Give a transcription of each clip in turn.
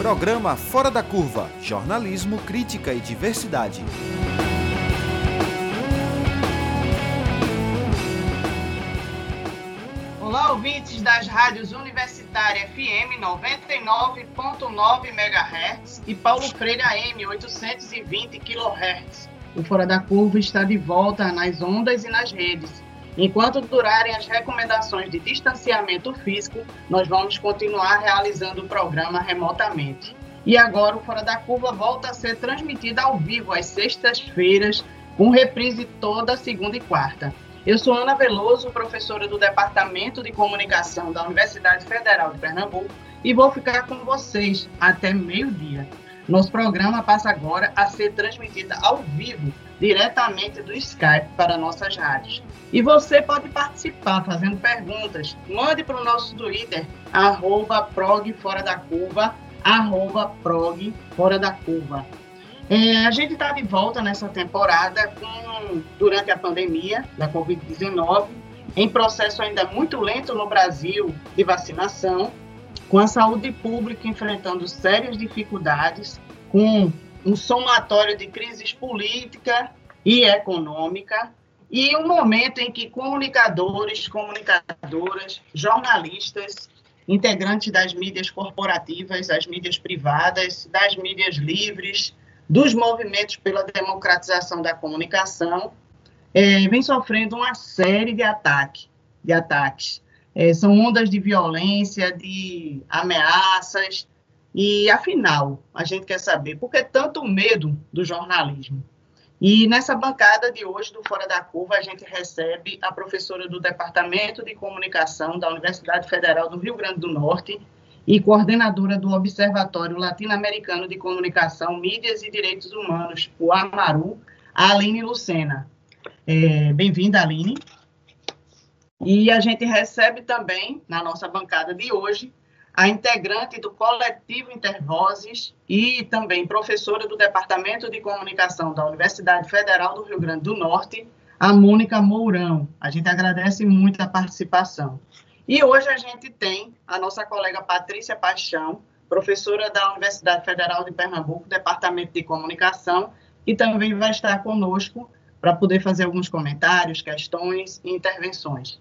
Programa Fora da Curva, jornalismo, crítica e diversidade. Olá, ouvintes das rádios Universitária FM 99.9 MHz e Paulo Freire AM 820 kHz. O Fora da Curva está de volta nas ondas e nas redes. Enquanto durarem as recomendações de distanciamento físico, nós vamos continuar realizando o programa remotamente. E agora o Fora da Curva volta a ser transmitido ao vivo às sextas-feiras, com reprise toda segunda e quarta. Eu sou Ana Veloso, professora do Departamento de Comunicação da Universidade Federal de Pernambuco, e vou ficar com vocês até meio-dia. Nosso programa passa agora a ser transmitido ao vivo, diretamente do Skype para nossas rádios. E você pode participar fazendo perguntas. Mande para o nosso Twitter, @progforadacurva, @progforadacurva. A gente está de volta nessa temporada durante a pandemia da Covid-19, em processo ainda muito lento no Brasil de vacinação, com a saúde pública enfrentando sérias dificuldades, com um somatório de crises política e econômica, e um momento em que comunicadores, comunicadoras, jornalistas, integrantes das mídias corporativas, das mídias privadas, das mídias livres, dos movimentos pela democratização da comunicação, vem sofrendo uma série de ataques. São ondas de violência, de ameaças, e afinal, a gente quer saber por que tanto medo do jornalismo. E nessa bancada de hoje do Fora da Curva, a gente recebe a professora do Departamento de Comunicação da Universidade Federal do Rio Grande do Norte e coordenadora do Observatório Latino-Americano de Comunicação, Mídias e Direitos Humanos, o AMARU, a Aline Lucena. Bem-vinda, Aline. E a gente recebe também, na nossa bancada de hoje, a integrante do Coletivo Intervozes e também professora do Departamento de Comunicação da Universidade Federal do Rio Grande do Norte, a Mônica Mourão. A gente agradece muito a participação. E hoje a gente tem a nossa colega Patrícia Paixão, professora da Universidade Federal de Pernambuco, Departamento de Comunicação, e também vai estar conosco para poder fazer alguns comentários, questões e intervenções.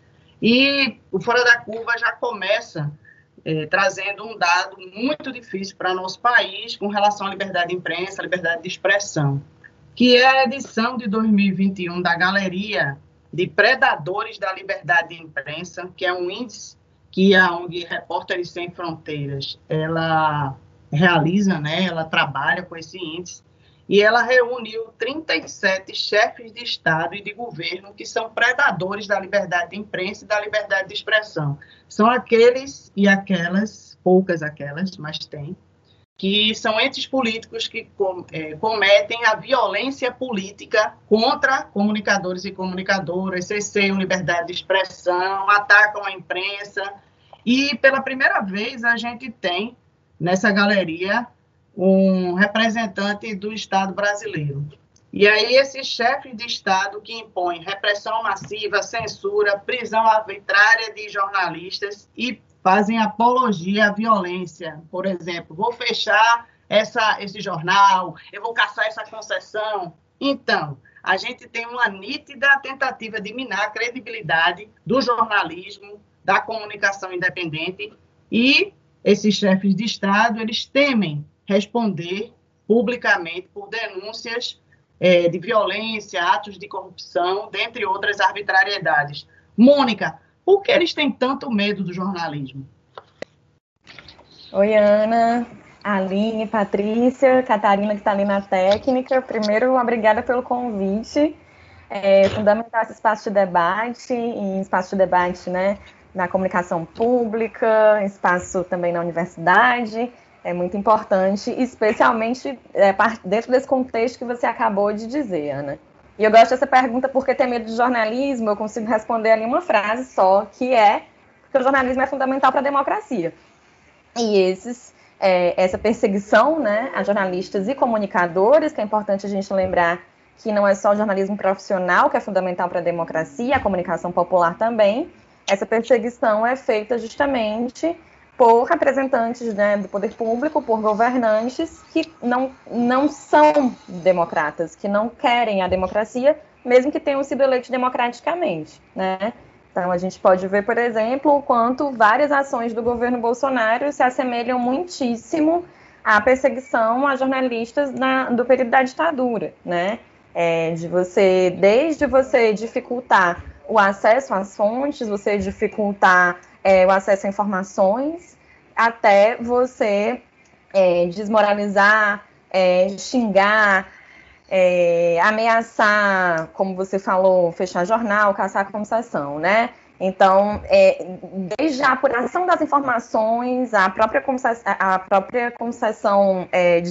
E o Fora da Curva já começa trazendo um dado muito difícil para nosso país com relação à liberdade de imprensa, liberdade de expressão, que é a edição de 2021 da Galeria de Predadores da Liberdade de Imprensa, que é um índice que a ONG Repórteres Sem Fronteiras ela realiza, ela trabalha com esse índice, e ela reuniu 37 chefes de Estado e de governo que são predadores da liberdade de imprensa e da liberdade de expressão. São aqueles e aquelas, poucas aquelas, mas tem, que são entes políticos que cometem a violência política contra comunicadores e comunicadoras, cesseiam liberdade de expressão, atacam a imprensa. E, pela primeira vez, a gente tem, nessa galeria, um representante do Estado brasileiro. E aí, esses chefes de Estado que impõem repressão massiva, censura, prisão arbitrária de jornalistas e fazem apologia à violência. Por exemplo, vou fechar esse jornal, eu vou caçar essa concessão. Então, a gente tem uma nítida tentativa de minar a credibilidade do jornalismo, da comunicação independente, e esses chefes de Estado, eles temem responder publicamente por denúncias de violência, atos de corrupção, dentre outras arbitrariedades. Mônica, por que eles têm tanto medo do jornalismo? Oi, Ana, Aline, Patrícia, Catarina, que está ali na técnica. Primeiro, obrigada pelo convite. É fundamental esse espaço de debate, na comunicação pública, espaço também na universidade. É muito importante, especialmente dentro desse contexto que você acabou de dizer, Ana. E eu gosto dessa pergunta porque ter medo de jornalismo, eu consigo responder ali uma frase só, que é que o jornalismo é fundamental para a democracia. E essa perseguição, a jornalistas e comunicadores, que é importante a gente lembrar que não é só o jornalismo profissional que é fundamental para a democracia, a comunicação popular também. Essa perseguição é feita justamente por representantes, né, do poder público, por governantes que não são democratas, que não querem a democracia, mesmo que tenham sido eleitos democraticamente, né? Então, a gente pode ver, por exemplo, o quanto várias ações do governo Bolsonaro se assemelham muitíssimo à perseguição a jornalistas do período da ditadura, né? Desde você dificultar o acesso às fontes, você dificultar o acesso a informações, até você desmoralizar, xingar, ameaçar, como você falou, fechar jornal, caçar concessão, né? Então, desde a apuração das informações, a própria concessão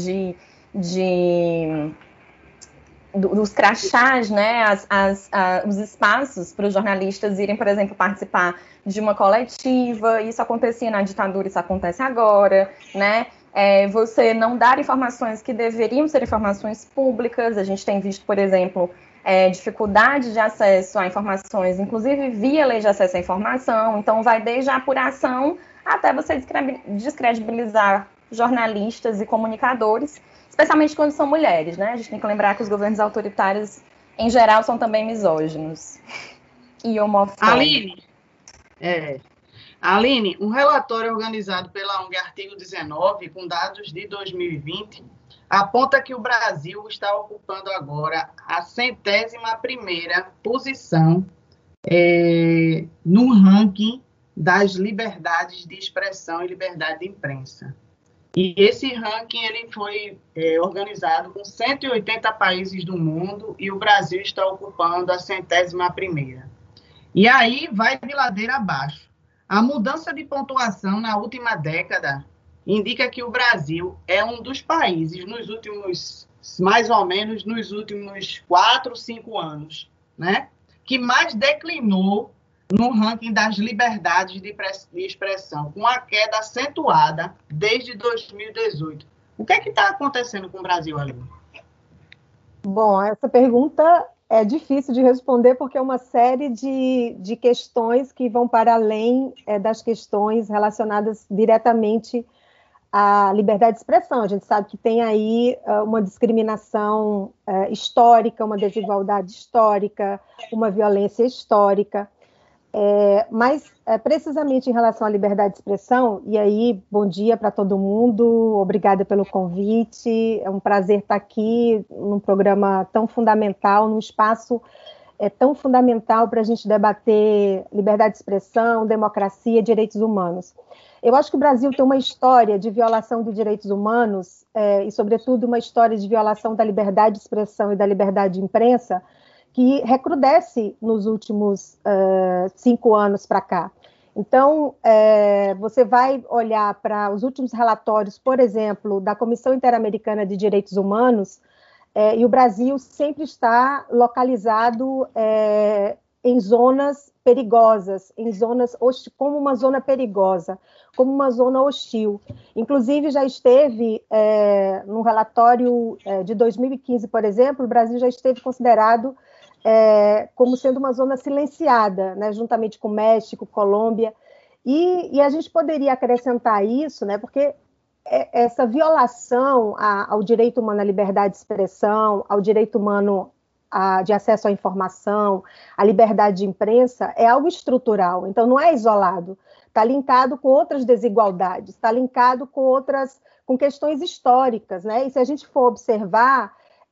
dos crachás, né, os espaços para os jornalistas irem, por exemplo, participar de uma coletiva. Isso acontecia na ditadura, isso acontece agora, né? Você não dar informações que deveriam ser informações públicas. A gente tem visto, por exemplo, dificuldade de acesso a informações, inclusive via lei de acesso à informação. Então, vai desde a apuração até você descredibilizar jornalistas e comunicadores, especialmente quando são mulheres, né? A gente tem que lembrar que os governos autoritários, em geral, são também misóginos e homofóbicos. Aline, um relatório organizado pela ONG Artigo 19, com dados de 2020, aponta que o Brasil está ocupando agora a 101ª posição no ranking das liberdades de expressão e liberdade de imprensa. E esse ranking ele foi organizado com 180 países do mundo e o Brasil está ocupando a 101ª. E aí vai de ladeira abaixo. A mudança de pontuação na última década indica que o Brasil é um dos países mais ou menos nos últimos 4, 5 anos, né, que mais declinou no ranking das liberdades de expressão, com a queda acentuada desde 2018. O que é que está acontecendo com o Brasil, Aline? Bom, essa pergunta é difícil de responder porque é uma série de questões que vão para além das questões relacionadas diretamente à liberdade de expressão. A gente sabe que tem aí uma discriminação histórica, uma desigualdade histórica, uma violência histórica. Mas, precisamente em relação à liberdade de expressão, e aí, bom dia para todo mundo, obrigada pelo convite, é um prazer estar aqui num programa tão fundamental, num espaço tão fundamental para a gente debater liberdade de expressão, democracia, direitos humanos. Eu acho que o Brasil tem uma história de violação de direitos humanos, e, sobretudo, uma história de violação da liberdade de expressão e da liberdade de imprensa, que recrudesce nos últimos 5 anos para cá. Então, você vai olhar para os últimos relatórios, por exemplo, da Comissão Interamericana de Direitos Humanos, e o Brasil sempre está localizado em zonas perigosas, em zonas como uma zona perigosa, como uma zona hostil. Inclusive, já esteve, no relatório de 2015, por exemplo, o Brasil já esteve considerado como sendo uma zona silenciada, né, juntamente com México, Colômbia, e a gente poderia acrescentar isso, né, porque essa violação ao direito humano à liberdade de expressão, ao direito humano de acesso à informação, à liberdade de imprensa, é algo estrutural, então não é isolado, está linkado com outras desigualdades, está linkado com questões históricas, né, e se a gente for observar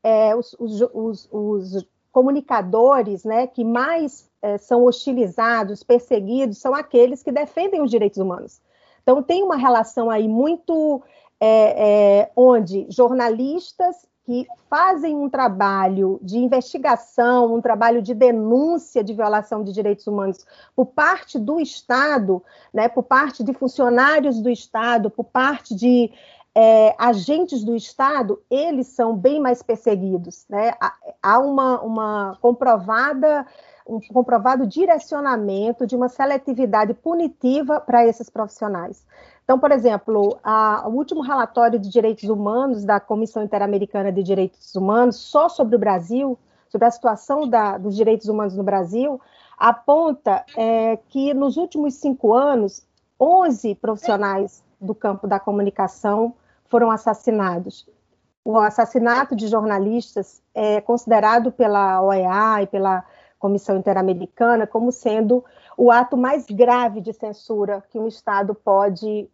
os comunicadores, né, que mais são hostilizados, perseguidos, são aqueles que defendem os direitos humanos. Então, tem uma relação aí muito onde jornalistas que fazem um trabalho de investigação, um trabalho de denúncia de violação de direitos humanos por parte do Estado, né, por parte de funcionários do Estado, por parte de agentes do Estado, eles são bem mais perseguidos, né? Há um comprovado direcionamento de uma seletividade punitiva para esses profissionais. Então, por exemplo, o último relatório de direitos humanos da Comissão Interamericana de Direitos Humanos, só sobre o Brasil, sobre a situação dos direitos humanos no Brasil, aponta que nos últimos 5 anos 11 profissionais do campo da comunicação foram assassinados. O assassinato de jornalistas é considerado pela OEA e pela Comissão Interamericana como sendo o ato mais grave de censura que um Estado pode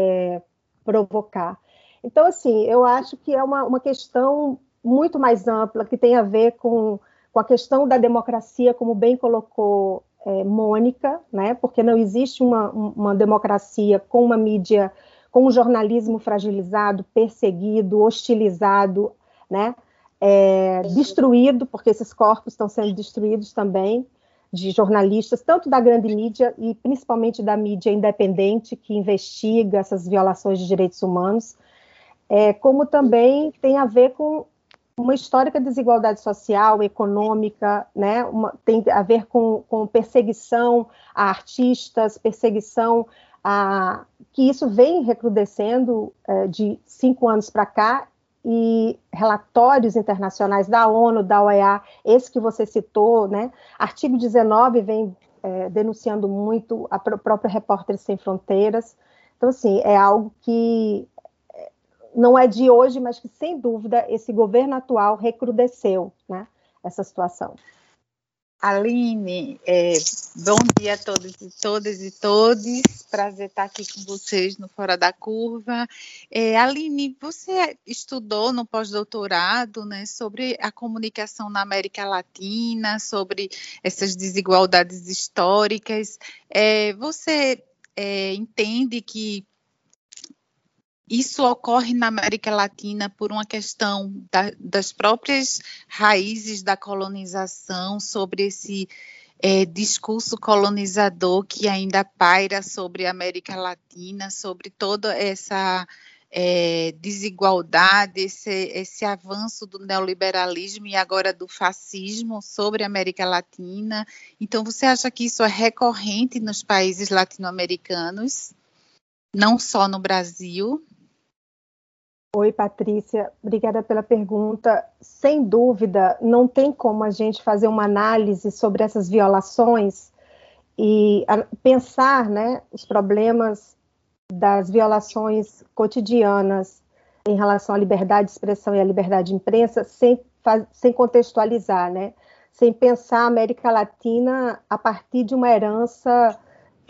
provocar. Então, assim, eu acho que é uma questão muito mais ampla, que tem a ver com a questão da democracia, como bem colocou Mônica, né? Porque não existe uma democracia com uma mídia, com um jornalismo fragilizado, perseguido, hostilizado, né? Destruído, porque esses corpos estão sendo destruídos também, de jornalistas, tanto da grande mídia e principalmente da mídia independente, que investiga essas violações de direitos humanos, como também tem a ver com uma histórica desigualdade social, econômica, né? Tem a ver com perseguição a artistas, perseguição que isso vem recrudescendo de 5 anos para cá, e relatórios internacionais da ONU, da OEA, esse que você citou, né? Artigo 19 vem denunciando muito, a própria Repórteres Sem Fronteiras. Então, assim, é algo que não é de hoje, mas que, sem dúvida, esse governo atual recrudesceu, né, essa situação. Aline, bom dia a todos e todas e todes, prazer estar aqui com vocês no Fora da Curva. Aline, você estudou no pós-doutorado, né, sobre a comunicação na América Latina, sobre essas desigualdades históricas. Você entende que isso ocorre na América Latina por uma questão das próprias raízes da colonização, sobre esse discurso colonizador que ainda paira sobre a América Latina, sobre toda essa desigualdade, esse avanço do neoliberalismo e agora do fascismo sobre a América Latina. Então, você acha que isso é recorrente nos países latino-americanos, não só no Brasil? Oi, Patrícia, obrigada pela pergunta. Sem dúvida, não tem como a gente fazer uma análise sobre essas violações e pensar, né, os problemas das violações cotidianas em relação à liberdade de expressão e à liberdade de imprensa sem contextualizar, né, sem pensar a América Latina a partir de uma herança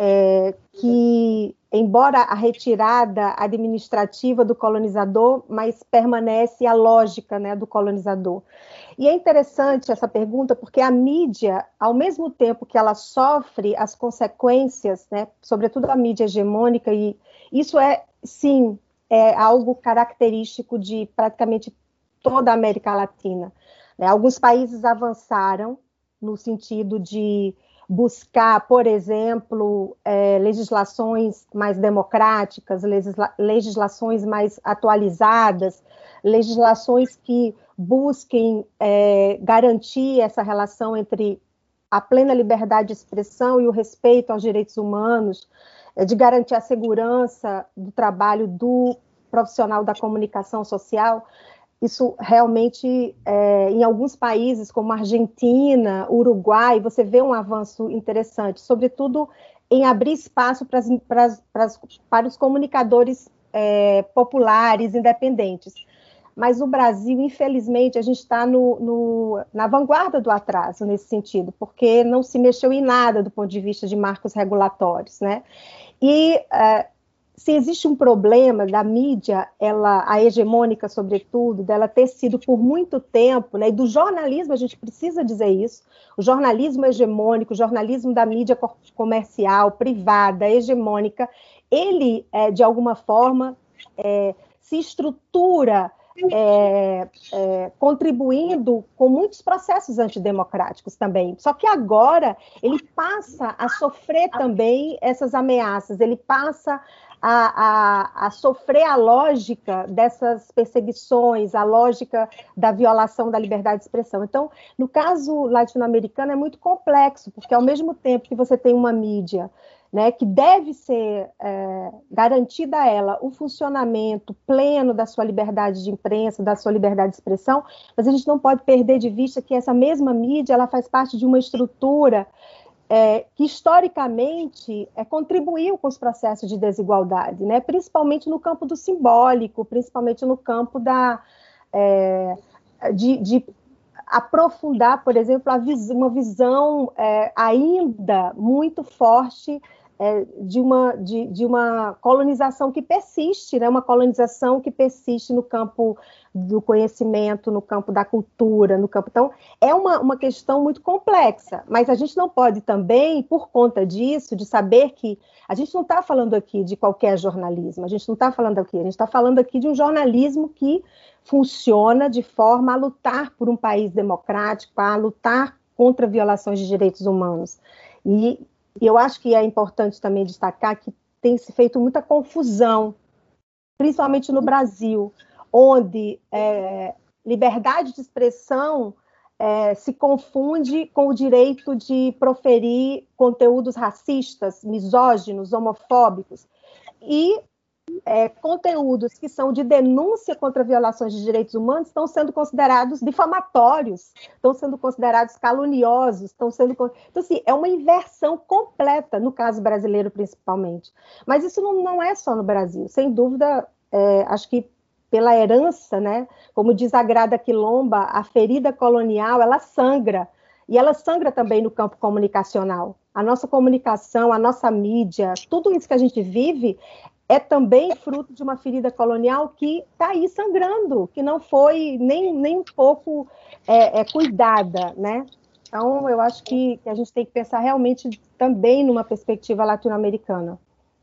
que, embora a retirada administrativa do colonizador, mas permanece a lógica, né, do colonizador. E é interessante essa pergunta, porque a mídia, ao mesmo tempo que ela sofre as consequências, né, sobretudo a mídia hegemônica, e isso sim, é algo característico de praticamente toda a América Latina, né? Alguns países avançaram no sentido de buscar, por exemplo, legislações mais democráticas, legislações mais atualizadas, legislações que busquem garantir essa relação entre a plena liberdade de expressão e o respeito aos direitos humanos, de garantir a segurança do trabalho do profissional da comunicação social. Isso realmente, em alguns países, como Argentina, Uruguai, você vê um avanço interessante, sobretudo em abrir espaço para os comunicadores populares, independentes. Mas o Brasil, infelizmente, a gente está na vanguarda do atraso nesse sentido, porque não se mexeu em nada do ponto de vista de marcos regulatórios, né? E se existe um problema da mídia, a hegemônica, sobretudo, dela ter sido por muito tempo, né, e do jornalismo, a gente precisa dizer isso, o jornalismo hegemônico, o jornalismo da mídia comercial, privada, hegemônica, ele, de alguma forma, se estrutura contribuindo com muitos processos antidemocráticos também. Só que agora ele passa a sofrer também essas ameaças, ele passa a sofrer a lógica dessas perseguições, a lógica da violação da liberdade de expressão. Então, no caso latino-americano é muito complexo, porque ao mesmo tempo que você tem uma mídia, né, que deve ser garantida a ela o funcionamento pleno da sua liberdade de imprensa, da sua liberdade de expressão, mas a gente não pode perder de vista que essa mesma mídia ela faz parte de uma estrutura que historicamente contribuiu com os processos de desigualdade, né? Principalmente no campo do simbólico, principalmente no campo de aprofundar, por exemplo, uma visão ainda muito forte de uma colonização que persiste, né? Uma colonização que persiste no campo do conhecimento, no campo da cultura, no campo... Então, é uma questão muito complexa, mas a gente não pode também, por conta disso, de saber que a gente não está falando aqui de qualquer jornalismo, a gente não está falando aqui, a gente está falando aqui de um jornalismo que funciona de forma a lutar por um país democrático, a lutar contra violações de direitos humanos. E eu acho que é importante também destacar que tem se feito muita confusão, principalmente no Brasil, onde liberdade de expressão se confunde com o direito de proferir conteúdos racistas, misóginos, homofóbicos, e conteúdos que são de denúncia contra violações de direitos humanos estão sendo considerados difamatórios, estão sendo considerados caluniosos, estão sendo... Então, assim, é uma inversão completa, no caso brasileiro, principalmente. Mas isso não é só no Brasil. Sem dúvida, acho que pela herança, né, como diz a Grada Quilomba, a ferida colonial, ela sangra. E ela sangra também no campo comunicacional. A nossa comunicação, a nossa mídia, tudo isso que a gente vive é também fruto de uma ferida colonial que está aí sangrando, que não foi nem um pouco cuidada, né? Então, eu acho que a gente tem que pensar realmente também numa perspectiva latino-americana.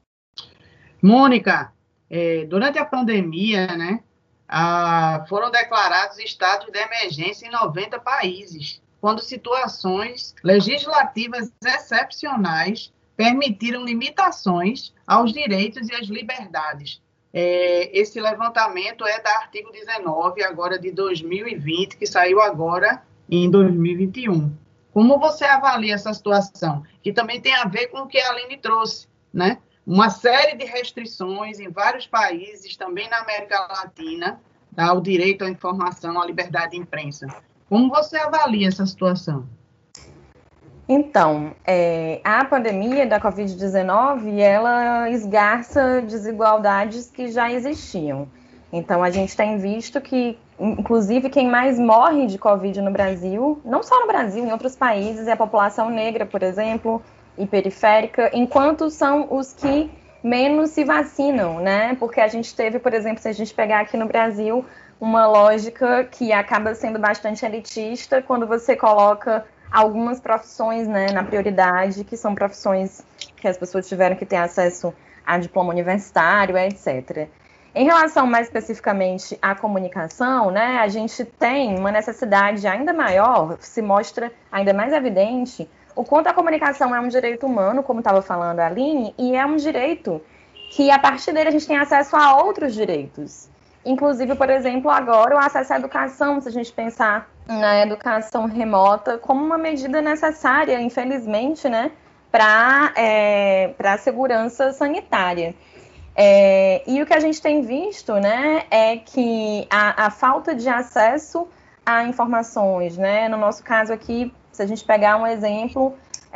Mônica, durante a pandemia, né, foram declarados estados de emergência em 90 países, quando situações legislativas excepcionais permitiram limitações aos direitos e às liberdades. Esse levantamento é da artigo 19, agora de 2020, que saiu agora em 2021. Como você avalia essa situação? Que também tem a ver com o que a Aline trouxe, né? Uma série de restrições em vários países, também na América Latina, ao direito à informação, à liberdade de imprensa. Como você avalia essa situação? Então, a pandemia da Covid-19, ela esgarça desigualdades que já existiam. Então, a gente tem visto que, inclusive, quem mais morre de Covid no Brasil, não só no Brasil, em outros países, é a população negra, por exemplo, e periférica, enquanto são os que menos se vacinam, né? Porque a gente teve, por exemplo, se a gente pegar aqui no Brasil, uma lógica que acaba sendo bastante elitista quando você coloca algumas profissões, né, na prioridade, que são profissões que as pessoas tiveram que ter acesso a diploma universitário, etc. Em relação mais especificamente à comunicação, né, a gente tem uma necessidade ainda maior, se mostra ainda mais evidente, o quanto a comunicação é um direito humano, como estava falando a Aline, e é um direito que, a partir dele, a gente tem acesso a outros direitos. Inclusive, por exemplo, agora o acesso à educação, se a gente pensar na educação remota como uma medida necessária, infelizmente, né, para a segurança sanitária. E o que a gente tem visto, né, é que a falta de acesso a informações, né, no nosso caso aqui, se a gente pegar um exemplo,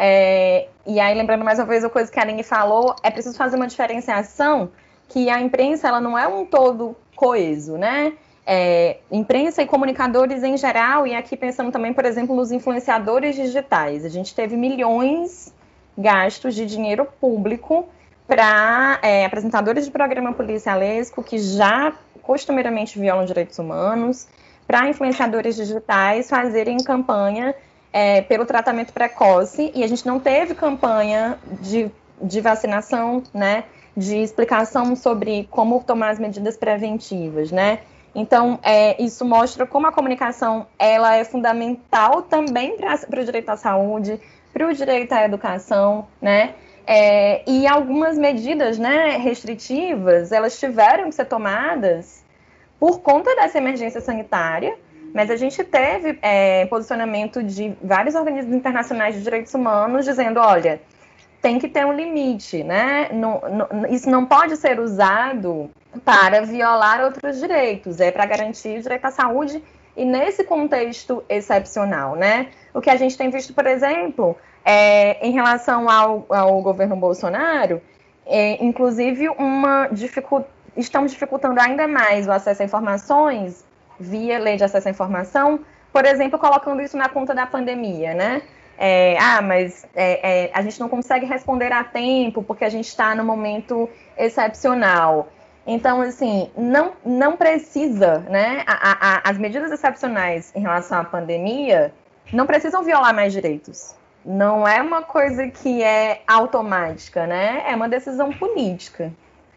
e aí lembrando mais uma vez a coisa que a Aline falou, é preciso fazer uma diferenciação que a imprensa ela não é um todo coeso, né? Imprensa e comunicadores em geral, e aqui pensando também, por exemplo, nos influenciadores digitais. A gente teve milhões gastos de dinheiro público para apresentadores de programa policialesco que já costumeiramente violam direitos humanos, para influenciadores digitais fazerem campanha pelo tratamento precoce, e a gente não teve campanha de vacinação, né? De explicação sobre como tomar as medidas preventivas, né? Então, isso mostra como a comunicação ela é fundamental também para o direito à saúde, para o direito à educação, né? E algumas medidas, né, restritivas, elas tiveram que ser tomadas por conta dessa emergência sanitária, mas a gente teve posicionamento de vários organismos internacionais de direitos humanos dizendo, olha, tem que ter um limite, né? Isso não pode ser usado para violar outros direitos, para garantir o direito à saúde e nesse contexto excepcional, né? O que a gente tem visto, por exemplo, Em relação ao governo Bolsonaro, inclusive estamos dificultando ainda mais o acesso a informações via lei de acesso à informação, por exemplo, colocando isso na conta da pandemia, né? Mas a gente não consegue responder a tempo porque a gente está num momento excepcional. Então, assim, não precisa, né? As medidas excepcionais em relação à pandemia não precisam violar mais direitos. Não é uma coisa que é automática, né? É uma decisão política.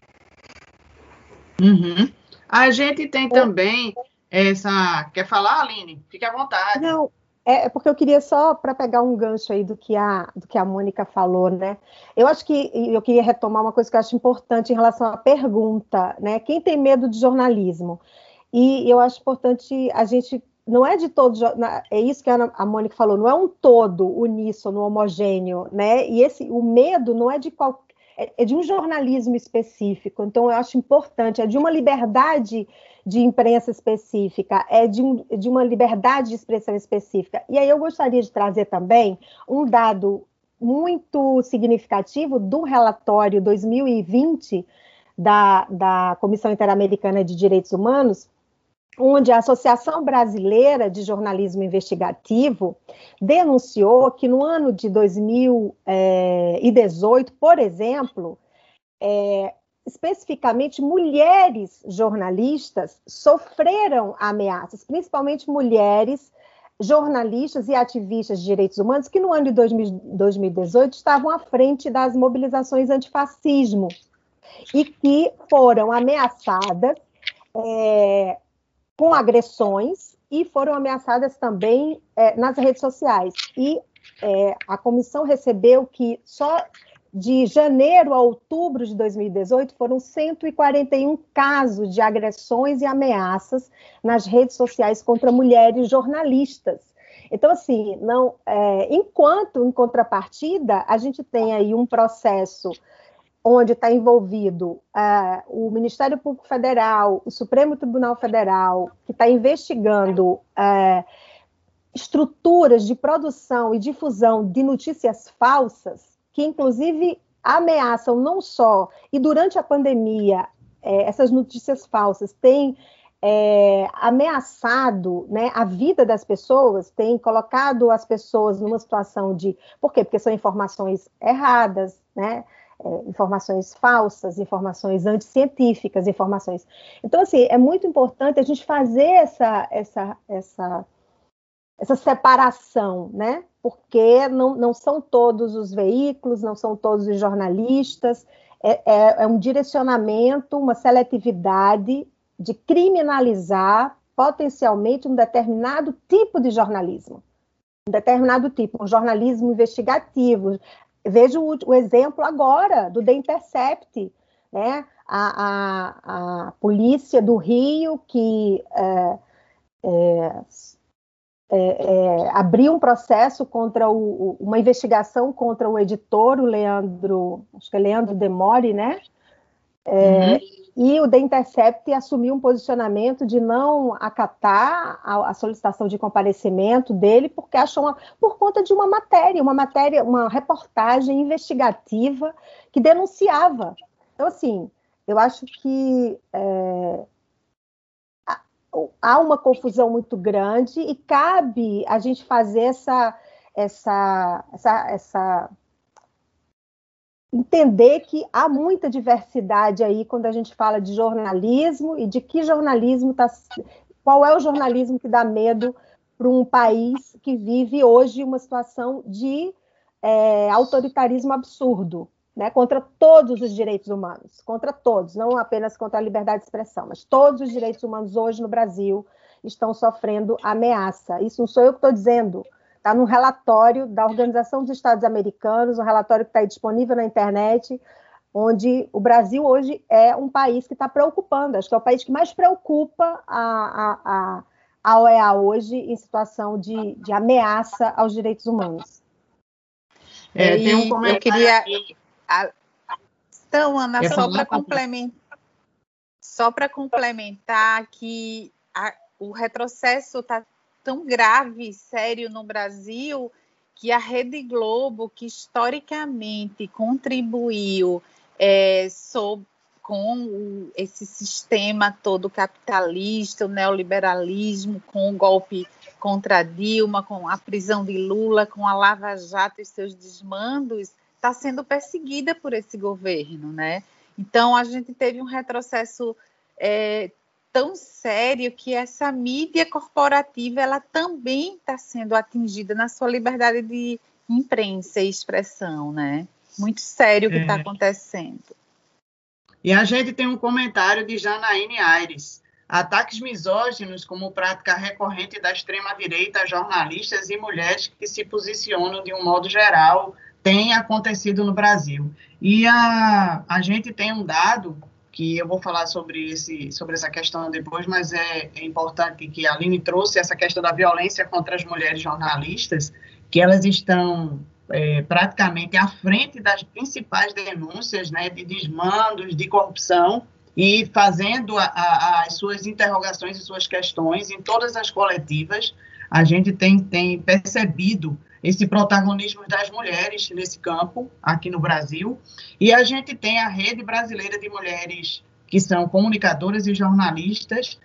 Uhum. A gente tem também essa... Quer falar, Aline? Fique à vontade. Não, porque eu queria só, para pegar um gancho aí do que a Mônica falou, né? Eu acho que eu queria retomar uma coisa que eu acho importante em relação à pergunta, né? Quem tem medo de jornalismo? E eu acho importante a gente... Não é de todos, é isso que a Mônica falou, não é um todo uníssono, homogêneo, né? E o medo não é é de um jornalismo específico, então eu acho importante, é de uma liberdade de imprensa específica, é de uma liberdade de expressão específica. E aí eu gostaria de trazer também um dado muito significativo do relatório 2020 da Comissão Interamericana de Direitos Humanos, onde a Associação Brasileira de Jornalismo Investigativo denunciou que no ano de 2018, por exemplo, especificamente mulheres jornalistas sofreram ameaças, principalmente mulheres jornalistas e ativistas de direitos humanos que no ano de 2018 estavam à frente das mobilizações antifascismo e que foram ameaçadas com agressões e foram ameaçadas também nas redes sociais. E a comissão recebeu que só de janeiro a outubro de 2018 foram 141 casos de agressões e ameaças nas redes sociais contra mulheres jornalistas. Então, assim, enquanto, em contrapartida, a gente tem aí um processo onde está envolvido o Ministério Público Federal, o Supremo Tribunal Federal, que está investigando estruturas de produção e difusão de notícias falsas, que inclusive ameaçam não só, e durante a pandemia, essas notícias falsas têm ameaçado, né, a vida das pessoas, têm colocado as pessoas numa situação de... Por quê? Porque são informações erradas, né? Informações falsas, informações anticientíficas, informações... Então, assim, é muito importante a gente fazer essa separação, né? Porque não são todos os veículos, não são todos os jornalistas, é um direcionamento, uma seletividade de criminalizar potencialmente um determinado tipo de jornalismo, um jornalismo investigativo. Vejo o exemplo agora do The Intercept, né? A polícia do Rio que abriu um processo contra uma investigação contra o editor, o Leandro, acho que é Leandro Demore, né? E o The Intercept assumiu um posicionamento de não acatar a solicitação de comparecimento dele, porque achou por conta de uma reportagem investigativa que denunciava. Então, assim, eu acho que há uma confusão muito grande e cabe a gente fazer entender que há muita diversidade aí quando a gente fala de jornalismo e de que jornalismo qual é o jornalismo que dá medo para um país que vive hoje uma situação de autoritarismo absurdo, né, contra todos os direitos humanos, contra todos, não apenas contra a liberdade de expressão, mas todos os direitos humanos hoje no Brasil estão sofrendo ameaça. Isso não sou eu que estou dizendo, está no relatório da Organização dos Estados Americanos, um relatório que está disponível na internet, onde o Brasil hoje é um país que está preocupando, acho que é o país que mais preocupa a OEA hoje em situação de ameaça aos direitos humanos. Tem um comentário eu queria... aqui. Então, Ana, só para complementar que o retrocesso está tão grave, sério no Brasil, que a Rede Globo, que historicamente contribuiu com esse sistema todo capitalista, o neoliberalismo, com o golpe contra Dilma, com a prisão de Lula, com a Lava Jato e seus desmandos, está sendo perseguida por esse governo, né? Então, a gente teve um retrocesso tão sério que essa mídia corporativa ela também está sendo atingida na sua liberdade de imprensa e expressão, né? Muito sério o que está acontecendo. E a gente tem um comentário de Janaíne Aires. Ataques misóginos como prática recorrente da extrema-direita a jornalistas e mulheres que se posicionam de um modo geral têm acontecido no Brasil. E a gente tem um dado que eu vou falar sobre essa questão depois, mas é importante que a Aline trouxe essa questão da violência contra as mulheres jornalistas, que elas estão praticamente à frente das principais denúncias, né, de desmandos, de corrupção, e fazendo as suas interrogações e suas questões em todas as coletivas. A gente tem percebido esse protagonismo das mulheres nesse campo, aqui no Brasil, e a gente tem a Rede Brasileira de Mulheres, que são comunicadoras e jornalistas,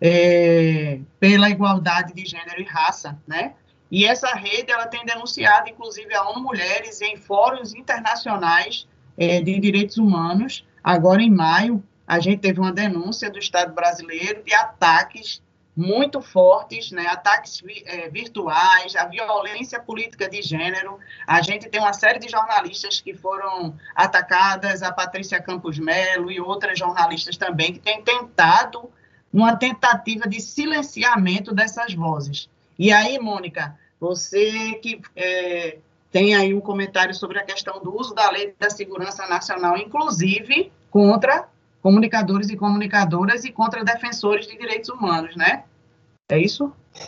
pela igualdade de gênero e raça, né? E essa rede, ela tem denunciado, inclusive, a ONU Mulheres em fóruns internacionais de direitos humanos. Agora, em maio, a gente teve uma denúncia do Estado brasileiro de ataques muito fortes, né, ataques virtuais, a violência política de gênero. A gente tem uma série de jornalistas que foram atacadas, a Patrícia Campos Melo e outras jornalistas também, que têm tentado uma tentativa de silenciamento dessas vozes. E aí, Mônica, você que tem aí um comentário sobre a questão do uso da Lei da Segurança Nacional, inclusive contra comunicadores e comunicadoras e contra defensores de direitos humanos, né? É isso?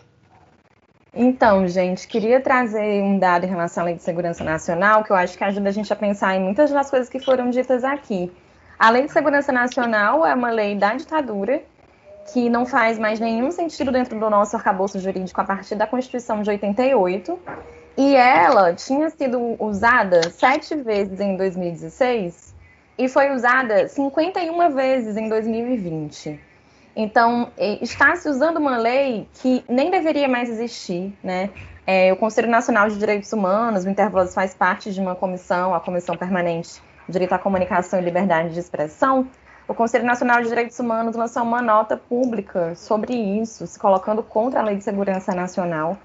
Então, gente, queria trazer um dado em relação à Lei de Segurança Nacional, que eu acho que ajuda a gente a pensar em muitas das coisas que foram ditas aqui. A Lei de Segurança Nacional é uma lei da ditadura, que não faz mais nenhum sentido dentro do nosso arcabouço jurídico a partir da Constituição de 88, e ela tinha sido usada 7 vezes em 2016, e foi usada 51 vezes em 2020. Então, está se usando uma lei que nem deveria mais existir, né? O Conselho Nacional de Direitos Humanos, o Intervoz, faz parte de uma comissão, a Comissão Permanente de Direito à Comunicação e Liberdade de Expressão. O Conselho Nacional de Direitos Humanos lançou uma nota pública sobre isso, se colocando contra a Lei de Segurança Nacional,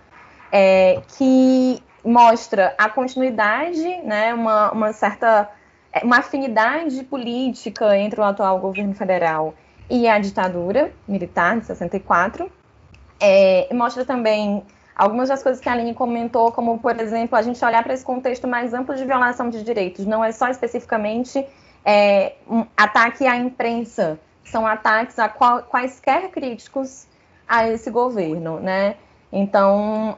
que mostra a continuidade, né, uma certa uma afinidade política entre o atual governo federal e a ditadura militar de 64. Mostra também algumas das coisas que a Aline comentou, como, por exemplo, a gente olhar para esse contexto mais amplo de violação de direitos. Não é só especificamente um ataque à imprensa, são ataques a quaisquer críticos a esse governo, né? Então,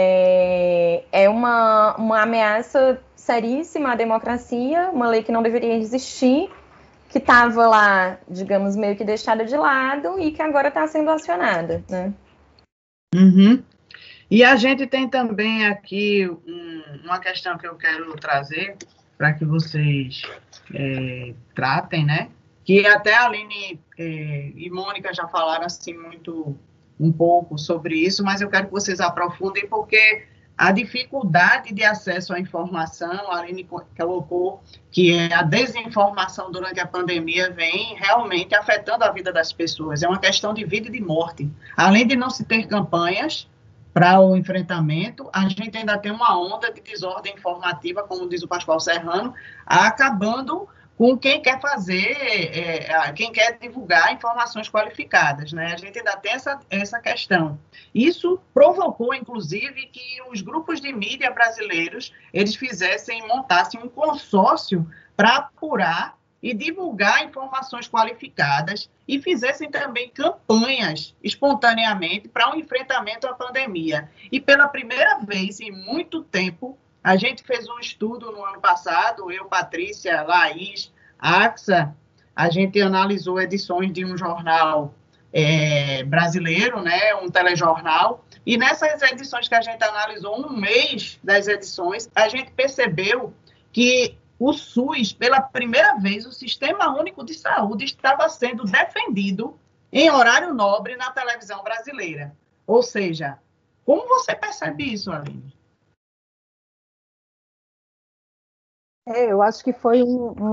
é uma ameaça seríssima à democracia, uma lei que não deveria existir, que estava lá, digamos, meio que deixada de lado e que agora está sendo acionada, né? Uhum. E a gente tem também aqui uma questão que eu quero trazer para que vocês tratem, né? Que até a Aline e Mônica já falaram assim um pouco sobre isso, mas eu quero que vocês aprofundem, porque a dificuldade de acesso à informação, a Aline colocou que a desinformação durante a pandemia vem realmente afetando a vida das pessoas. É uma questão de vida e de morte. Além de não se ter campanhas para o enfrentamento, a gente ainda tem uma onda de desordem informativa, como diz o Pascoal Serrano, acabando com quem quer quem quer divulgar informações qualificadas, né? A gente ainda tem essa questão. Isso provocou, inclusive, que os grupos de mídia brasileiros, eles montassem um consórcio para apurar e divulgar informações qualificadas e fizessem também campanhas espontaneamente para o enfrentamento à pandemia. E pela primeira vez em muito tempo, a gente fez um estudo no ano passado, eu, Patrícia, Laís, Axa, a gente analisou edições de um jornal brasileiro, né, um telejornal, E nessas edições que a gente analisou, um mês das edições, a gente percebeu que o SUS, pela primeira vez, o Sistema Único de Saúde estava sendo defendido em horário nobre na televisão brasileira. Ou seja, como você percebe isso, Aline? Eu acho que foi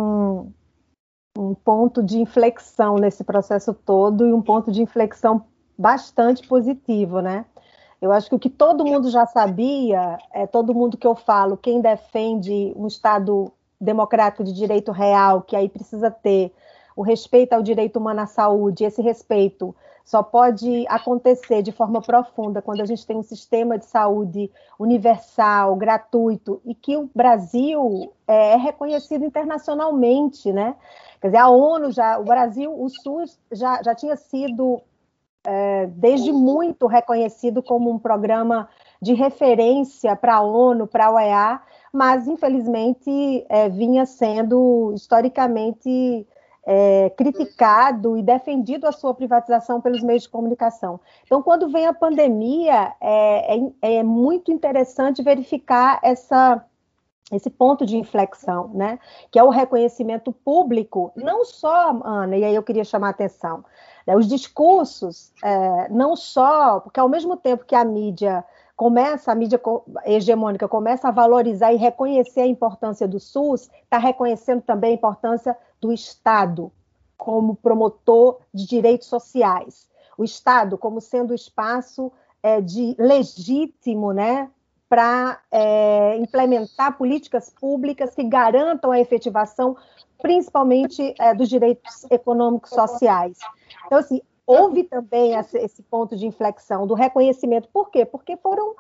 um ponto de inflexão nesse processo todo e um ponto de inflexão bastante positivo, né? Eu acho que o que todo mundo já sabia, todo mundo que eu falo, quem defende um Estado democrático de direito real, que aí precisa ter o respeito ao direito humano à saúde, esse respeito só pode acontecer de forma profunda quando a gente tem um sistema de saúde universal, gratuito, e que o Brasil é reconhecido internacionalmente, né? Quer dizer, a ONU, o Brasil, o SUS já tinha sido desde muito reconhecido como um programa de referência para a ONU, para a OEA, mas, infelizmente, vinha sendo historicamente criticado e defendido a sua privatização pelos meios de comunicação. Então, quando vem a pandemia, é muito interessante verificar esse ponto de inflexão, né? Que é o reconhecimento público, não só, Ana, e aí eu queria chamar a atenção, né? Os discursos, não só, porque ao mesmo tempo que a mídia hegemônica começa a valorizar e reconhecer a importância do SUS, está reconhecendo também a importância do Estado como promotor de direitos sociais. O Estado como sendo o espaço legítimo, né, para implementar políticas públicas que garantam a efetivação, principalmente dos direitos econômicos sociais. Então, assim, houve também esse ponto de inflexão do reconhecimento. Por quê? Porque foram,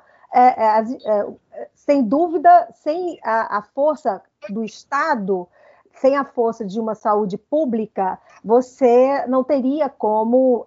sem dúvida, sem a força do Estado, sem a força de uma saúde pública, você não teria como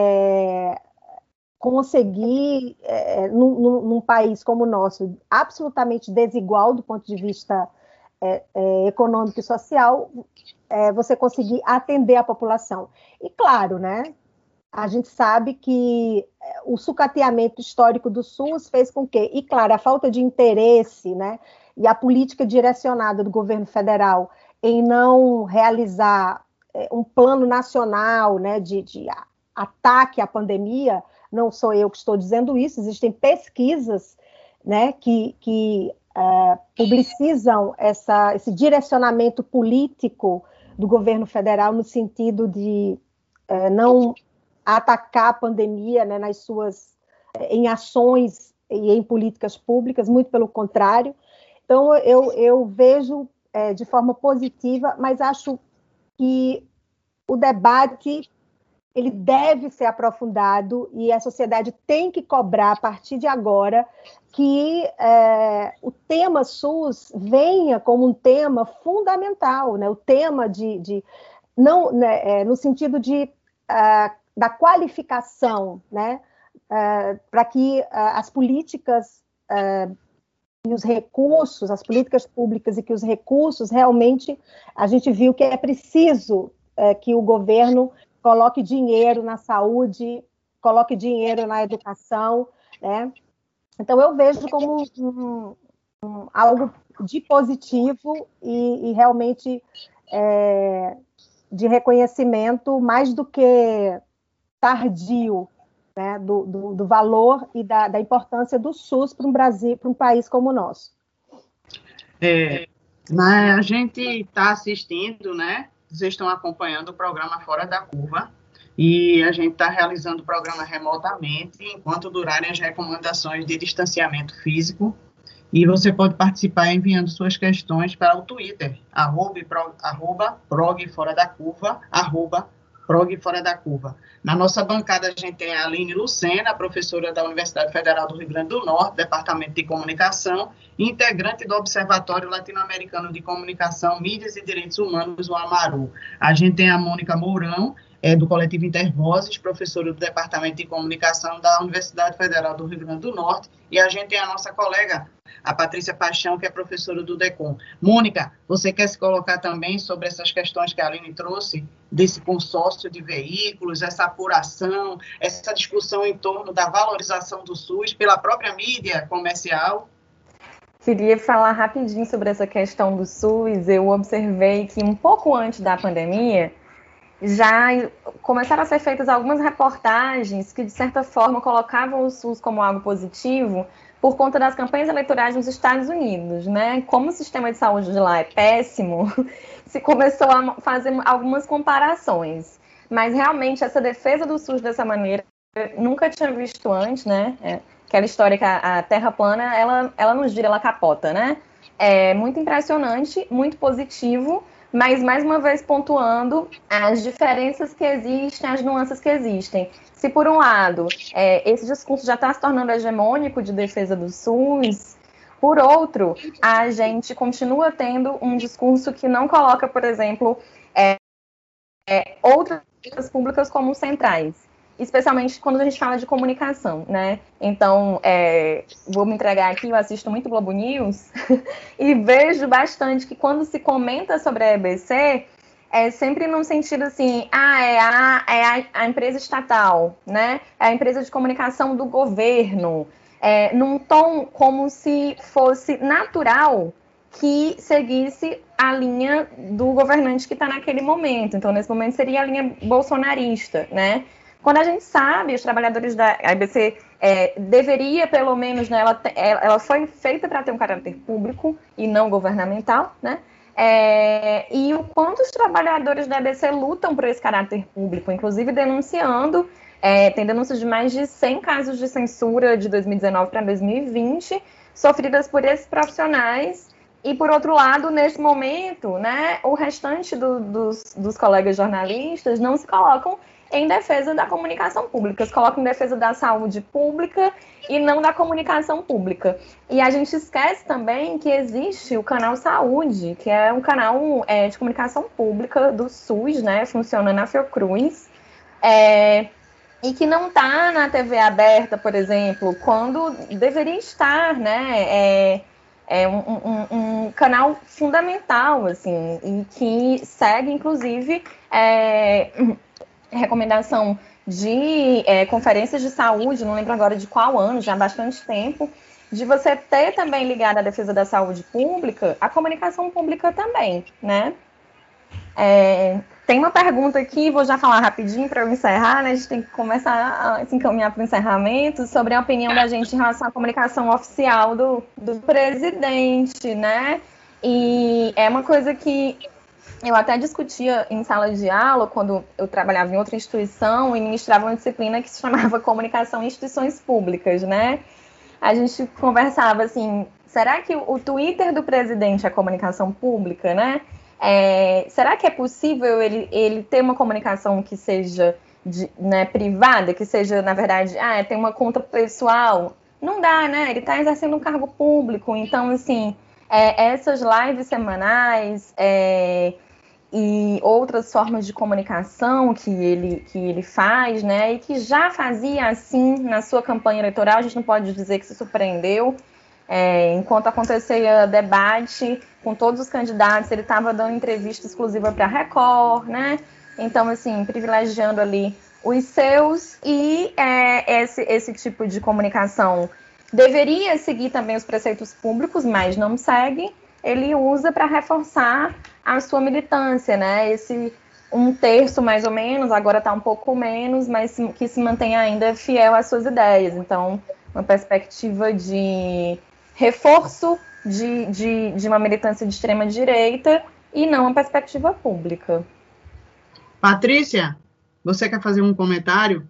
conseguir, num país como o nosso, absolutamente desigual do ponto de vista econômico e social, você conseguir atender a população. E claro, né, a gente sabe que o sucateamento histórico do SUS fez com que, e claro, a falta de interesse, né, e a política direcionada do governo federal em não realizar um plano nacional, né, de ataque à pandemia. Não sou eu que estou dizendo isso, existem pesquisas, né, que publicizam esse direcionamento político do governo federal no sentido de não atacar a pandemia, né, em ações e em políticas públicas, muito pelo contrário. Então, eu vejo de forma positiva, mas acho que o debate ele deve ser aprofundado e a sociedade tem que cobrar, a partir de agora, que o tema SUS venha como um tema fundamental, né? O tema não, né, no sentido da qualificação, né? Para que as políticas e os recursos, as políticas públicas e que os recursos, realmente, a gente viu que é preciso que o governo coloque dinheiro na saúde, coloque dinheiro na educação, né? Então, eu vejo como algo de positivo e realmente de reconhecimento, mais do que tardio, né, do valor e da importância do SUS para um país como o nosso. A gente está assistindo, né? Vocês estão acompanhando o programa Fora da Curva e a gente está realizando o programa remotamente enquanto durarem as recomendações de distanciamento físico. E você pode participar enviando suas questões para o Twitter, @progforadacurva, @progforadacurva. Na nossa bancada, a gente tem a Aline Lucena, professora da Universidade Federal do Rio Grande do Norte, Departamento de Comunicação, integrante do Observatório Latino-Americano de Comunicação, Mídias e Direitos Humanos, o AMARU. A gente tem a Mônica Mourão, do Coletivo Intervozes, professora do Departamento de Comunicação da Universidade Federal do Rio Grande do Norte, e a gente tem a nossa colega a Patrícia Paixão, que é professora do DECOM. Mônica, você quer se colocar também sobre essas questões que a Aline trouxe, desse consórcio de veículos, essa apuração, essa discussão em torno da valorização do SUS pela própria mídia comercial? Queria falar rapidinho sobre essa questão do SUS. Eu observei que um pouco antes da pandemia, já começaram a ser feitas algumas reportagens que, de certa forma, colocavam o SUS como algo positivo por conta das campanhas eleitorais nos Estados Unidos, né? Como o sistema de saúde de lá é péssimo, se começou a fazer algumas comparações. Mas, realmente, essa defesa do SUS dessa maneira, eu nunca tinha visto antes, né? Aquela história que a Terra plana, ela não gira, ela capota, né? É muito impressionante, muito positivo, mas, mais uma vez, pontuando as diferenças que existem, as nuances que existem. Se, por um lado, esse discurso já está se tornando hegemônico de defesa do SUS, por outro, a gente continua tendo um discurso que não coloca, por exemplo, outras públicas como centrais, especialmente quando a gente fala de comunicação, né? Então, vou me entregar aqui, eu assisto muito Globo News e vejo bastante que quando se comenta sobre a EBC, é sempre num sentido assim, a empresa estatal, né? É a empresa de comunicação do governo, num tom como se fosse natural que seguisse a linha do governante que está naquele momento. Então, nesse momento, seria a linha bolsonarista, né? Quando a gente sabe, os trabalhadores da ABC deveria, pelo menos, né, ela foi feita para ter um caráter público e não governamental, né? E o quanto os trabalhadores da ABC lutam por esse caráter público, inclusive denunciando, tem denúncias de mais de 100 casos de censura de 2019 para 2020, sofridas por esses profissionais. E, por outro lado, nesse momento, né, o restante dos colegas jornalistas não se colocam em defesa da comunicação pública, se colocam em defesa da saúde pública e não da comunicação pública. E a gente esquece também que existe o canal Saúde, que é um canal de comunicação pública do SUS, né, funciona na Fiocruz, e que não está na TV aberta, por exemplo, quando deveria estar, né? Um canal fundamental, assim, e que segue, inclusive, recomendação de conferências de saúde, não lembro agora de qual ano, já há bastante tempo, de você ter também ligado à defesa da saúde pública, a comunicação pública também, né? Tem uma pergunta aqui, vou já falar rapidinho para eu encerrar, né? A gente tem que começar a se encaminhar para o encerramento, sobre a opinião da gente em relação à comunicação oficial do presidente, né? E é uma coisa que eu até discutia em sala de aula, quando eu trabalhava em outra instituição e ministrava uma disciplina que se chamava Comunicação em Instituições Públicas, né? A gente conversava assim, será que o Twitter do presidente é comunicação pública, né? Será que é possível ele ter uma comunicação que seja privada, que seja, na verdade, tem uma conta pessoal? Não dá, né? Ele está exercendo um cargo público, então, assim, essas lives semanais e outras formas de comunicação que ele faz, né? E que já fazia assim na sua campanha eleitoral, a gente não pode dizer que se surpreendeu. Enquanto acontecia debate com todos os candidatos, ele estava dando entrevista exclusiva para a Record, né? Então, assim, privilegiando ali os seus, e esse tipo de comunicação deveria seguir também os preceitos públicos, mas não segue. Ele usa para reforçar a sua militância, né? Esse 1/3 mais ou menos, agora está um pouco menos, mas que se mantém ainda fiel às suas ideias. Então, uma perspectiva de reforço de uma militância de extrema-direita e não uma perspectiva pública. Patrícia, você quer fazer um comentário?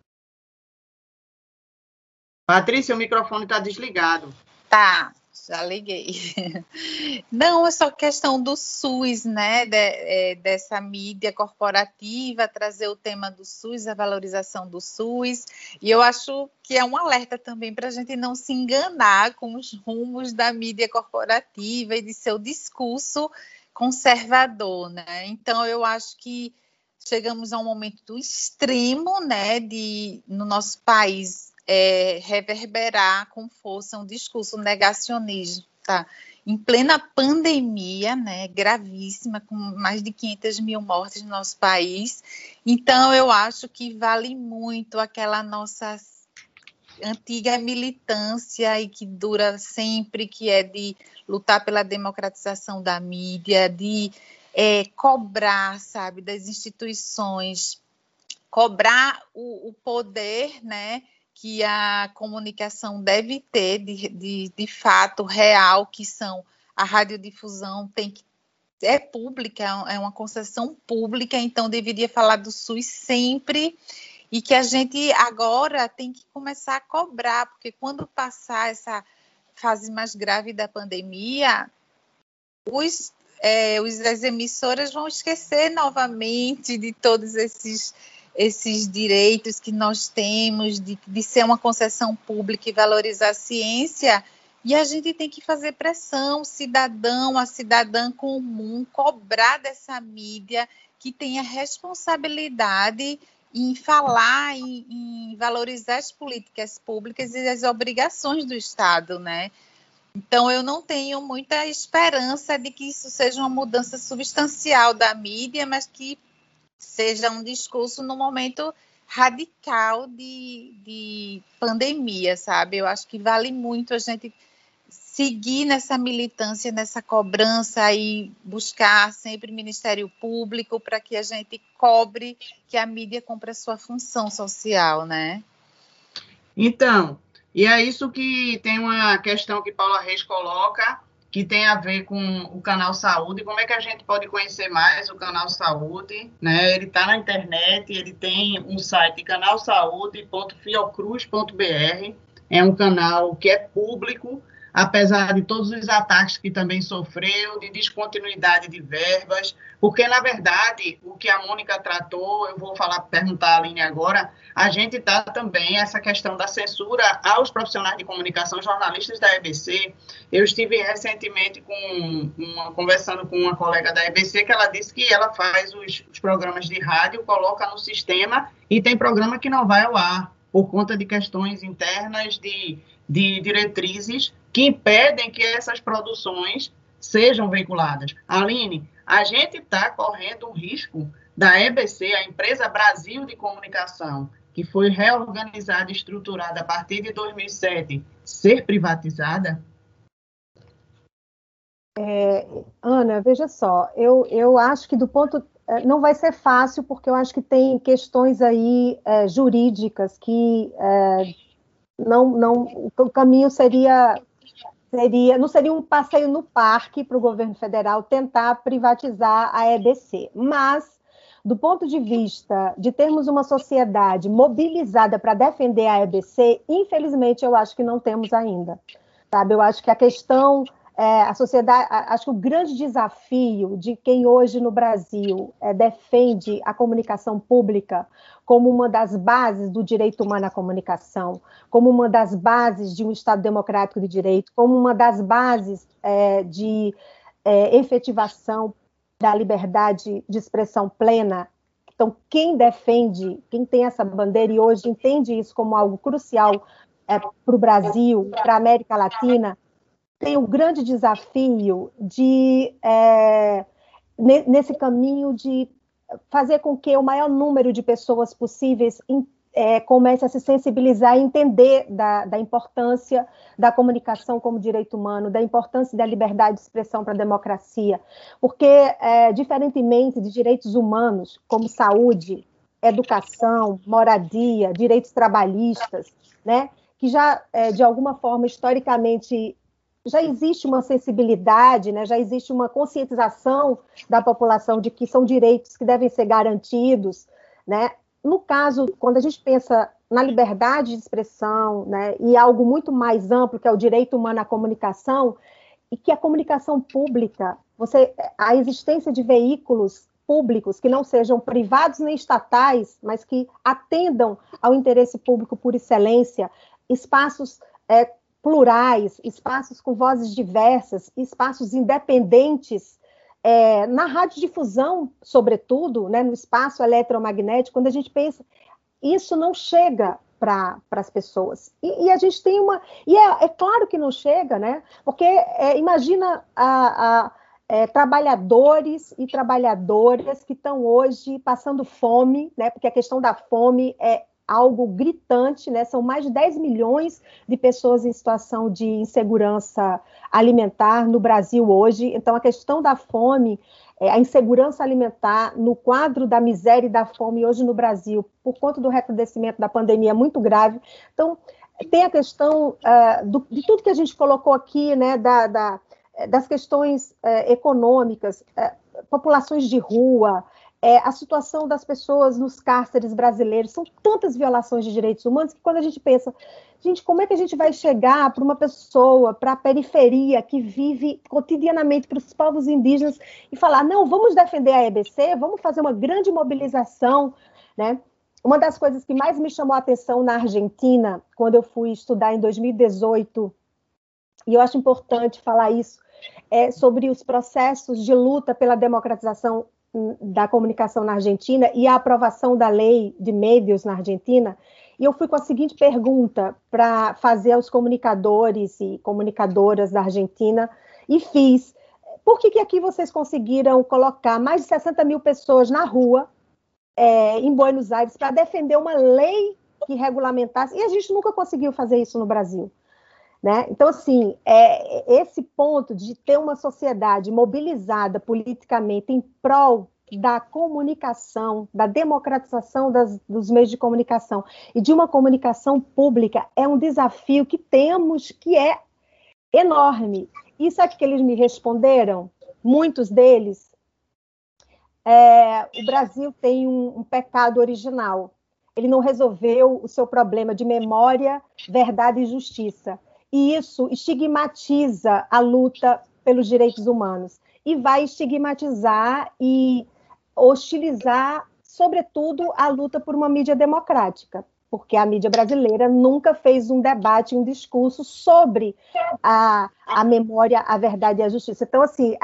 Patrícia, o microfone está desligado. Tá, já liguei. Não, é só questão do SUS, né, dessa mídia corporativa, trazer o tema do SUS, a valorização do SUS, e eu acho que é um alerta também para a gente não se enganar com os rumos da mídia corporativa e de seu discurso conservador, né? Então, eu acho que chegamos a um momento extremo, né, no nosso país, reverberar com força um discurso negacionista em plena pandemia, né, gravíssima, com mais de 500 mil mortes no nosso país. Então, eu acho que vale muito aquela nossa antiga militância e que dura sempre, que é de lutar pela democratização da mídia, de cobrar, sabe, das instituições, cobrar o poder, né, que a comunicação deve ter de fato real, que são a radiodifusão é pública, é uma concessão pública, então deveria falar do SUS sempre, e que a gente agora tem que começar a cobrar, porque quando passar essa fase mais grave da pandemia, as emissoras vão esquecer novamente de todos esses direitos que nós temos, de ser uma concessão pública e valorizar a ciência, e a gente tem que fazer pressão, a cidadã comum, cobrar dessa mídia que tenha responsabilidade em falar, em valorizar as políticas públicas e as obrigações do Estado, né? Então, eu não tenho muita esperança de que isso seja uma mudança substancial da mídia, mas que seja um discurso no momento radical de pandemia, sabe? Eu acho que vale muito a gente seguir nessa militância, nessa cobrança e buscar sempre Ministério Público para que a gente cobre, que a mídia cumpra a sua função social, né? Então, e é isso que tem uma questão que Paula Reis coloca, que tem a ver com o Canal Saúde. Como é que a gente pode conhecer mais o Canal Saúde, né? Ele está na internet, ele tem um site, canalsaude.fiocruz.br, é um canal que é público, apesar de todos os ataques que também sofreu, de descontinuidade de verbas, porque, na verdade, o que a Mônica tratou, eu vou perguntar a Aline agora, a gente está também, essa questão da censura aos profissionais de comunicação, jornalistas da EBC. Eu estive recentemente conversando com uma colega da EBC, que ela disse que ela faz os programas de rádio, coloca no sistema, e tem programa que não vai ao ar, por conta de questões internas de diretrizes que impedem que essas produções sejam veiculadas. Aline, a gente está correndo um risco da EBC, a Empresa Brasil de Comunicação, que foi reorganizada e estruturada a partir de 2007, ser privatizada? Ana, veja só, eu acho que não vai ser fácil, porque eu acho que tem questões aí jurídicas que o caminho não seria um passeio no parque para o governo federal tentar privatizar a EBC, mas do ponto de vista de termos uma sociedade mobilizada para defender a EBC, infelizmente eu acho que não temos ainda, sabe? Eu acho que a questão, a sociedade, acho que o grande desafio de quem hoje no Brasil defende a comunicação pública como uma das bases do direito humano à comunicação, como uma das bases de um Estado democrático de direito, como uma das bases de efetivação da liberdade de expressão plena. Então, quem defende, quem tem essa bandeira e hoje entende isso como algo crucial para o Brasil, para a América Latina, tem o grande desafio de, nesse caminho de fazer com que o maior número de pessoas possíveis comece a se sensibilizar e entender da importância da comunicação como direito humano, da importância da liberdade de expressão para a democracia, porque, diferentemente de direitos humanos, como saúde, educação, moradia, direitos trabalhistas, né, que já, de alguma forma, historicamente, já existe uma sensibilidade, né, já existe uma conscientização da população de que são direitos que devem ser garantidos, né? No caso, quando a gente pensa na liberdade de expressão, né, e algo muito mais amplo, que é o direito humano à comunicação, e que a comunicação pública, a existência de veículos públicos que não sejam privados nem estatais, mas que atendam ao interesse público por excelência, espaços plurais, espaços com vozes diversas, espaços independentes, na radiodifusão, sobretudo, né, no espaço eletromagnético, quando a gente pensa, isso não chega para as pessoas. E a gente tem uma... E é claro que não chega, né? Porque imagina trabalhadores e trabalhadoras que estão hoje passando fome, né? Porque a questão da fome é algo gritante, né? São mais de 10 milhões de pessoas em situação de insegurança alimentar no Brasil hoje. Então, a questão da fome, a insegurança alimentar no quadro da miséria e da fome hoje no Brasil, por conta do recrudescimento da pandemia, é muito grave. Então, tem a questão de tudo que a gente colocou aqui, né? Das questões econômicas, populações de rua, a situação das pessoas nos cárceres brasileiros, são tantas violações de direitos humanos que quando a gente pensa, gente, como é que a gente vai chegar para uma pessoa, para a periferia, que vive cotidianamente, para os povos indígenas, e falar, não, vamos defender a EBC, vamos fazer uma grande mobilização, né? Uma das coisas que mais me chamou a atenção na Argentina, quando eu fui estudar em 2018, e eu acho importante falar isso, sobre os processos de luta pela democratização da comunicação na Argentina e a aprovação da lei de médios na Argentina, e eu fui com a seguinte pergunta para fazer aos comunicadores e comunicadoras da Argentina, e fiz, por que aqui vocês conseguiram colocar mais de 60 mil pessoas na rua, em Buenos Aires, para defender uma lei que regulamentasse, e a gente nunca conseguiu fazer isso no Brasil, né? Então, assim, esse ponto de ter uma sociedade mobilizada politicamente em prol da comunicação, da democratização dos meios de comunicação e de uma comunicação pública é um desafio que temos, que é enorme. E sabe o que eles me responderam? Muitos deles. O Brasil tem um pecado original. Ele não resolveu o seu problema de memória, verdade e justiça. E isso estigmatiza a luta pelos direitos humanos e vai estigmatizar e hostilizar, sobretudo, a luta por uma mídia democrática, porque a mídia brasileira nunca fez um debate, um discurso sobre a memória, a verdade e a justiça. Então, assim,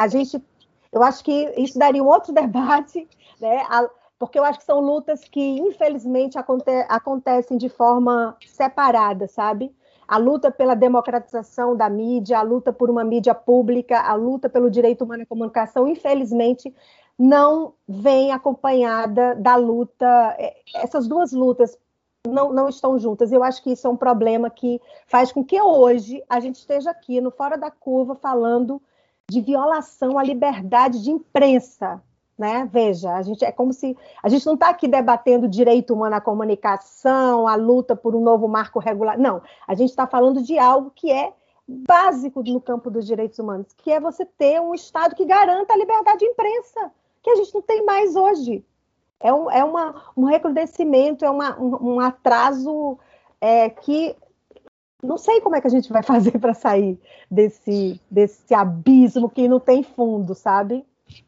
eu acho que isso daria um outro debate, né? Porque eu acho que são lutas que, infelizmente, acontecem de forma separada, sabe? A luta pela democratização da mídia, a luta por uma mídia pública, a luta pelo direito humano à comunicação, infelizmente, não vem acompanhada da luta. Essas duas lutas não estão juntas. Eu acho que isso é um problema que faz com que hoje a gente esteja aqui no Fora da Curva falando de violação à liberdade de imprensa, né? Veja, é como se a gente não está aqui debatendo direito humano à comunicação, a luta por um novo marco regular. Não, a gente está falando de algo que é básico no campo dos direitos humanos, que é você ter um Estado que garanta a liberdade de imprensa, que a gente não tem mais hoje. É um recrudescimento, um atraso que não sei como é que a gente vai fazer para sair desse abismo que não tem fundo, sabe?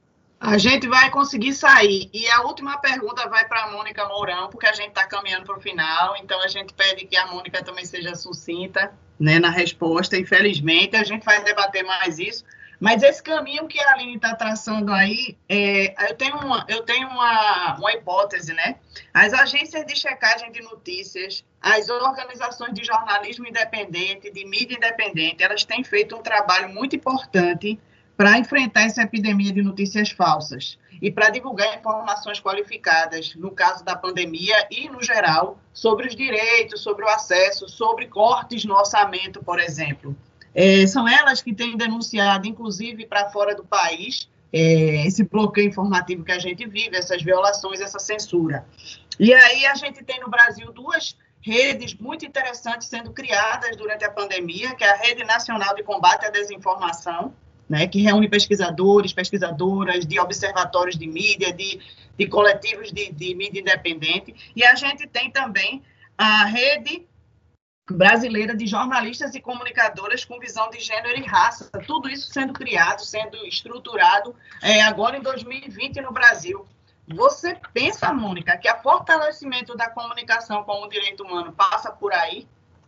A gente vai conseguir sair. E a última pergunta vai para a Mônica Mourão, porque a gente está caminhando para o final, então a gente pede que a Mônica também seja sucinta, né, na resposta. Infelizmente, a gente vai debater mais isso. Mas esse caminho que a Aline está traçando aí, eu tenho uma hipótese, né? As agências de checagem de notícias, as organizações de jornalismo independente, de mídia independente, elas têm feito um trabalho muito importante para enfrentar essa epidemia de notícias falsas e para divulgar informações qualificadas, no caso da pandemia e, no geral, sobre os direitos, sobre o acesso, sobre cortes no orçamento, por exemplo. São elas que têm denunciado, inclusive para fora do país, esse bloqueio informativo que a gente vive, essas violações, essa censura. E aí a gente tem no Brasil duas redes muito interessantes sendo criadas durante a pandemia, que é a Rede Nacional de Combate à Desinformação, né, que reúne pesquisadores, pesquisadoras de observatórios de mídia, de coletivos de mídia independente, e a gente tem também a Rede Brasileira de Jornalistas e Comunicadoras com Visão de Gênero e Raça, tudo isso sendo criado, sendo estruturado agora em 2020 no Brasil. Você pensa, Mônica, que o fortalecimento da comunicação como direito humano passa por aí?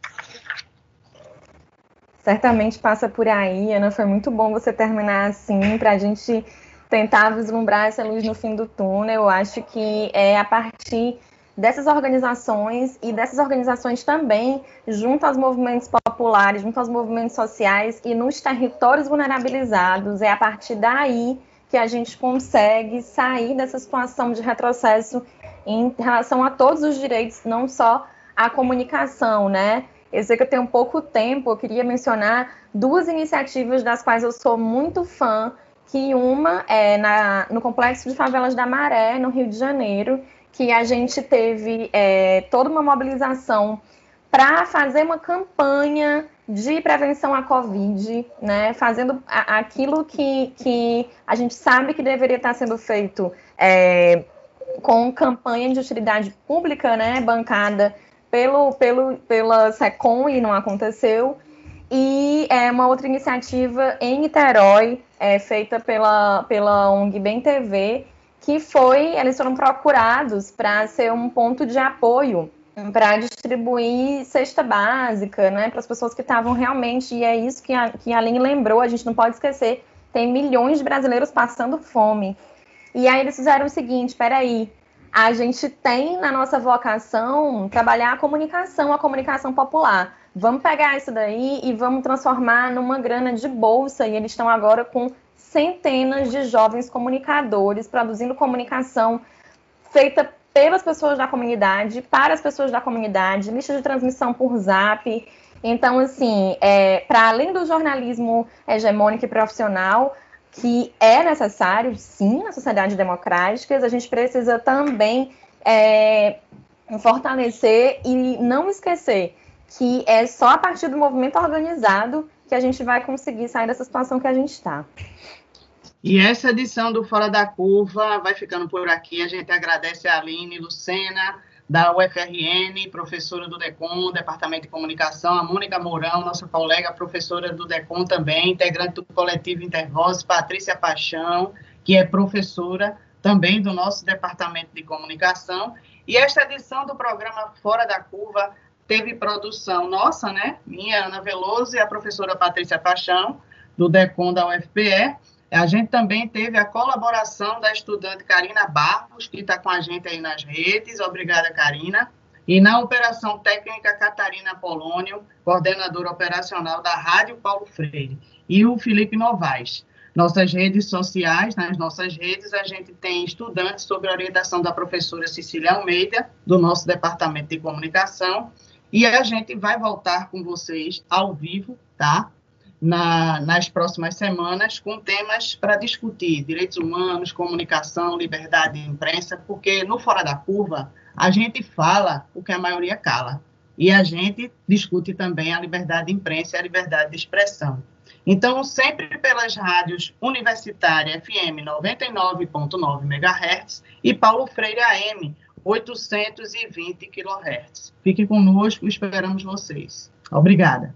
Certamente passa por aí, Ana. Foi muito bom você terminar assim, para a gente tentar vislumbrar essa luz no fim do túnel. Eu acho que é a partir dessas organizações e dessas organizações também junto aos movimentos populares, junto aos movimentos sociais e nos territórios vulnerabilizados. É a partir daí que a gente consegue sair dessa situação de retrocesso em relação a todos os direitos, não só a comunicação, né? Eu sei que eu tenho pouco tempo, eu queria mencionar 2 iniciativas das quais eu sou muito fã, que uma é no Complexo de Favelas da Maré, no Rio de Janeiro, que a gente teve toda uma mobilização para fazer uma campanha de prevenção à Covid, né? Fazendo aquilo que a gente sabe que deveria estar sendo feito com campanha de utilidade pública, né? Bancada pela SECOM e não aconteceu. E uma outra iniciativa em Niterói, feita pela ONG Bem TV, que eles foram procurados para ser um ponto de apoio para distribuir cesta básica, né, para as pessoas que estavam realmente, e é isso que a Aline lembrou, a gente não pode esquecer, tem milhões de brasileiros passando fome. E aí eles fizeram o seguinte, a gente tem na nossa vocação trabalhar a comunicação popular. Vamos pegar isso daí e vamos transformar numa grana de bolsa, e eles estão agora com centenas de jovens comunicadores produzindo comunicação feita pelas pessoas da comunidade, para as pessoas da comunidade, lista de transmissão por Zap. Então, assim, para além do jornalismo hegemônico e profissional, que é necessário, sim, na sociedade democrática, a gente precisa também fortalecer e não esquecer que é só a partir do movimento organizado que a gente vai conseguir sair dessa situação que a gente está. E essa edição do Fora da Curva vai ficando por aqui. A gente agradece a Aline Lucena, da UFRN, professora do DECOM, Departamento de Comunicação, a Mônica Mourão, nossa colega professora do DECOM também, integrante do coletivo Intervozes, Patrícia Paixão, que é professora também do nosso Departamento de Comunicação. E esta edição do programa Fora da Curva teve produção nossa, né? Minha, Ana Veloso, e a professora Patrícia Paixão, do DECOM da UFPE. A gente também teve a colaboração da estudante Karina Barros, que está com a gente aí nas redes. Obrigada, Karina. E na operação técnica, Catarina Polônio, coordenadora operacional da Rádio Paulo Freire. E o Felipe Novaes. Nossas redes sociais, nas nossas redes, a gente tem estudantes sob a orientação da professora Cecília Almeida, do nosso Departamento de Comunicação. E a gente vai voltar com vocês ao vivo, tá? Nas próximas semanas, com temas para discutir direitos humanos, comunicação, liberdade de imprensa, porque no Fora da Curva a gente fala o que a maioria cala, e a gente discute também a liberdade de imprensa e a liberdade de expressão. Então, sempre pelas rádios Universitária FM 99.9 MHz e Paulo Freire AM 820 kHz. Fique conosco, esperamos vocês. Obrigada.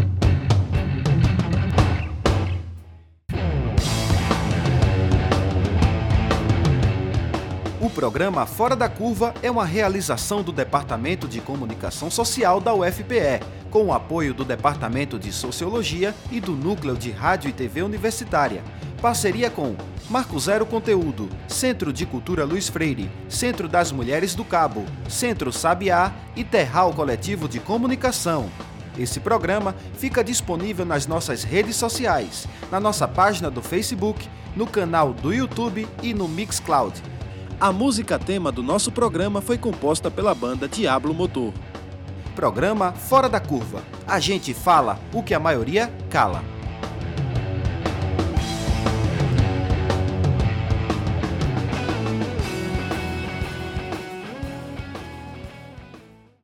O programa Fora da Curva é uma realização do Departamento de Comunicação Social da UFPE, com o apoio do Departamento de Sociologia e do Núcleo de Rádio e TV Universitária. Parceria com Marco Zero Conteúdo, Centro de Cultura Luiz Freire, Centro das Mulheres do Cabo, Centro Sabiá e Terral Coletivo de Comunicação. Esse programa fica disponível nas nossas redes sociais, na nossa página do Facebook, no canal do YouTube e no Mixcloud. A música tema do nosso programa foi composta pela banda Diablo Motor. Programa Fora da Curva. A gente fala o que a maioria cala.